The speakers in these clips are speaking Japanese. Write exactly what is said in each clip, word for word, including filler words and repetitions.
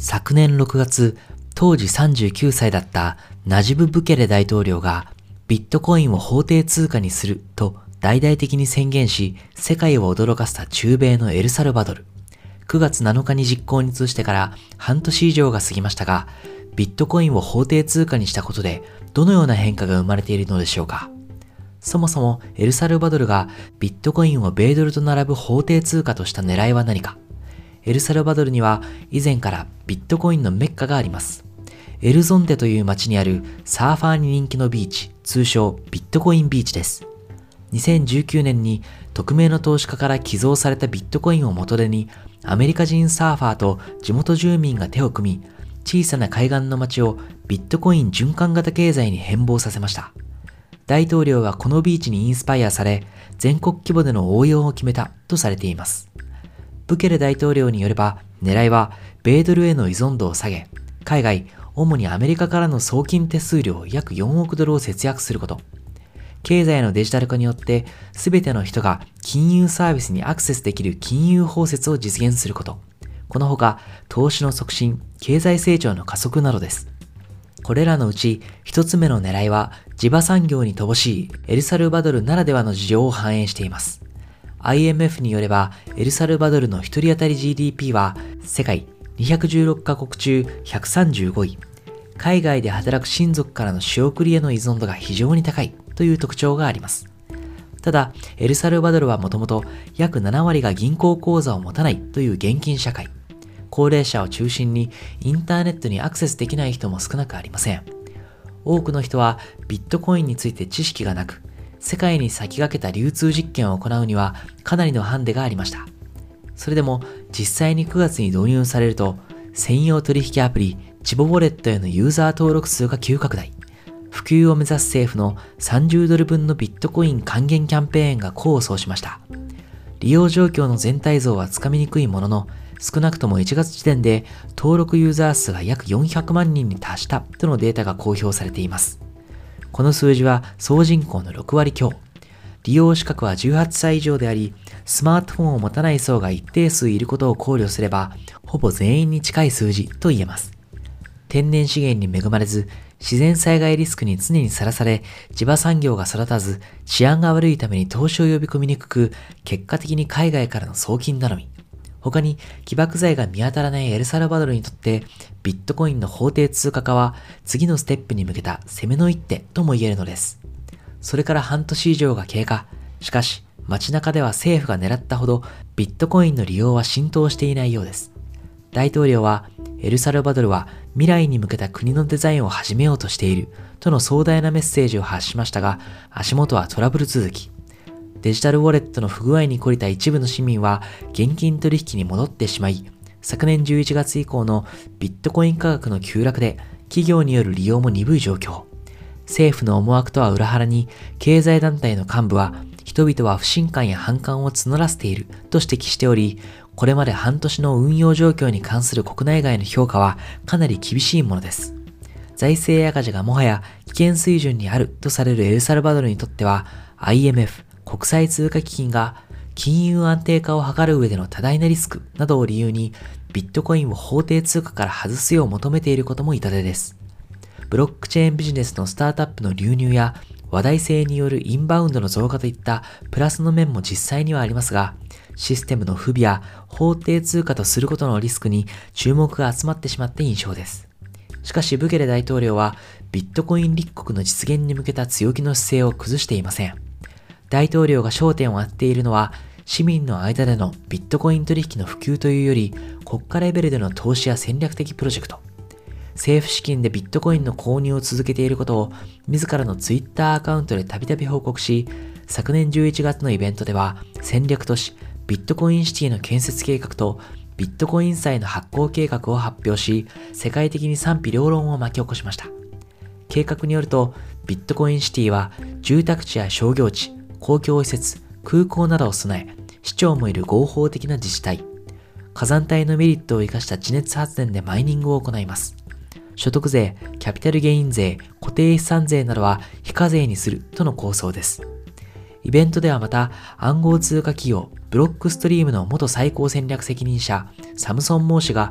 昨年ろくがつ、当時さんじゅうきゅうさいだったナジブ・ブケレ大統領がビットコインを法定通貨にすると大々的に宣言し、世界を驚かせた中米のエルサルバドル。くがつなのかに実行に移してから半年以上が過ぎましたが、ビットコインを法定通貨にしたことでどのような変化が生まれているのでしょうか。そもそもエルサルバドルがビットコインを米ドルと並ぶ法定通貨とした狙いは何か。エルサルバドルには以前からビットコインのメッカがあります。エルゾンテという町にあるサーファーに人気のビーチ、通称ビットコインビーチです。にせんじゅうきゅうねんに匿名の投資家から寄贈されたビットコインを元手にアメリカ人サーファーと地元住民が手を組み、小さな海岸の町をビットコイン循環型経済に変貌させました。大統領はこのビーチにインスパイアされ、全国規模での応用を決めたとされています。ブケレ大統領によれば、狙いは米ドルへの依存度を下げ、海外、主にアメリカからの送金手数料約よんおくドルを節約すること。経済のデジタル化によって、すべての人が金融サービスにアクセスできる金融包摂を実現すること。このほか、投資の促進、経済成長の加速などです。これらのうち一つ目の狙いは、地場産業に乏しいエルサルバドルならではの事情を反映しています。アイエムエフ によれば、エルサルバドルの一人当たり ジーディーピー は世界にひゃくじゅうろっかこく中ひゃくさんじゅうごい。海外で働く親族からの仕送りへの依存度が非常に高いという特徴があります。ただ、エルサルバドルはもともと約ななわりが銀行口座を持たないという現金社会。高齢者を中心にインターネットにアクセスできない人も少なくありません。多くの人はビットコインについて知識がなく、世界に先駆けた流通実験を行うにはかなりのハンデがありました。それでも実際にくがつに導入されると、専用取引アプリチボウォレットへのユーザー登録数が急拡大。普及を目指す政府のさんじゅうドルぶんのビットコイン還元キャンペーンが功を奏しました。利用状況の全体像はつかみにくいものの、少なくともいちがつ時点で登録ユーザー数が約よんひゃくまんにんに達したとのデータが公表されています。この数字は総人口のろくわり強。利用資格はじゅうはっさい以上であり、スマートフォンを持たない層が一定数いることを考慮すれば、ほぼ全員に近い数字と言えます。天然資源に恵まれず、自然災害リスクに常にさらされ、地場産業が育たず、治安が悪いために投資を呼び込みにくく、結果的に海外からの送金頼み。他に起爆剤が見当たらないエルサルバドルにとってビットコインの法定通貨化は次のステップに向けた攻めの一手とも言えるのです。それから半年以上が経過。しかし街中では政府が狙ったほどビットコインの利用は浸透していないようです。大統領はエルサルバドルは未来に向けた国のデザインを始めようとしているとの壮大なメッセージを発しましたが、足元はトラブル続き。デジタルウォレットの不具合に懲りた一部の市民は現金取引に戻ってしまい、昨年じゅういちがつ以降のビットコイン価格の急落で企業による利用も鈍い状況。政府の思惑とは裏腹に経済団体の幹部は人々は不信感や反感を募らせていると指摘しており、これまで半年の運用状況に関する国内外の評価はかなり厳しいものです。財政赤字がもはや危険水準にあるとされるエルサルバドルにとっては アイエムエフ国際通貨基金が金融安定化を図る上での多大なリスクなどを理由にビットコインを法定通貨から外すよう求めていることも痛手です。ブロックチェーンビジネスのスタートアップの流入や話題性によるインバウンドの増加といったプラスの面も実際にはありますが、システムの不備や法定通貨とすることのリスクに注目が集まってしまった印象です。しかしブケレ大統領はビットコイン立国の実現に向けた強気の姿勢を崩していません。大統領が焦点を当てているのは、市民の間でのビットコイン取引の普及というより、国家レベルでの投資や戦略的プロジェクト。政府資金でビットコインの購入を続けていることを、自らのツイッターアカウントでたびたび報告し、昨年じゅういちがつのイベントでは、戦略都市ビットコインシティの建設計画と、ビットコイン債の発行計画を発表し、世界的に賛否両論を巻き起こしました。計画によると、ビットコインシティは、住宅地や商業地、公共施設、空港などを備え、市長もいる合法的な自治体。火山帯のメリットを生かした地熱発電でマイニングを行います。所得税、キャピタルゲイン税、固定資産税などは非課税にするとの構想です。イベントではまた暗号通貨企業ブロックストリームの元最高戦略責任者サムソン・モー氏が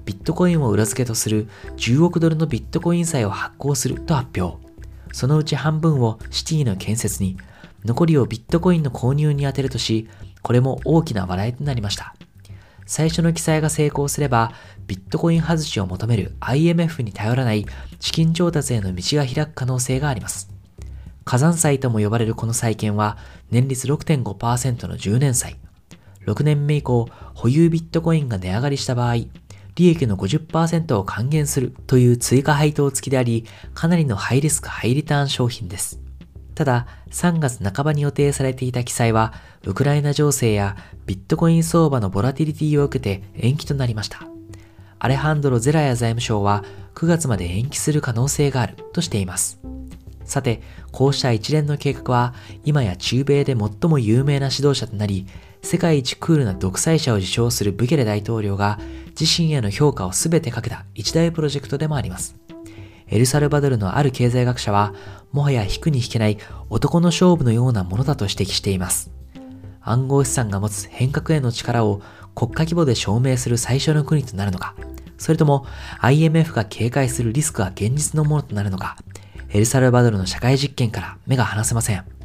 ビットコインを裏付けとするじゅうおくドルのビットコイン債を発行すると発表。そのうち半分をシティの建設に、残りをビットコインの購入に充てるとし、これも大きな話題となりました。最初の記載が成功すれば、ビットコイン外しを求める アイエムエフ に頼らない資金調達への道が開く可能性があります。火山債とも呼ばれるこの債券は、年率 ろくてんごパーセント のじゅうねん債。ろくねんめ以降、保有ビットコインが値上がりした場合、利益の ごじゅっパーセント を還元するという追加配当付きであり、かなりのハイリスクハイリターン商品です。ただ、さんがつなかばに予定されていた記載は、ウクライナ情勢やビットコイン相場のボラティリティを受けて延期となりました。アレハンドロ・ゼラヤ財務省はくがつまで延期する可能性があるとしています。さて、こうした一連の計画は、今や中米で最も有名な指導者となり、世界一クールな独裁者を自称するブケレ大統領が自身への評価をすべてかけた一大プロジェクトでもあります。エルサルバドルのある経済学者は、もはや引くに引けない男の勝負のようなものだと指摘しています。暗号資産が持つ変革への力を国家規模で証明する最初の国となるのか、それとも アイエムエフ が警戒するリスクが現実のものとなるのか、エルサルバドルの社会実験から目が離せません。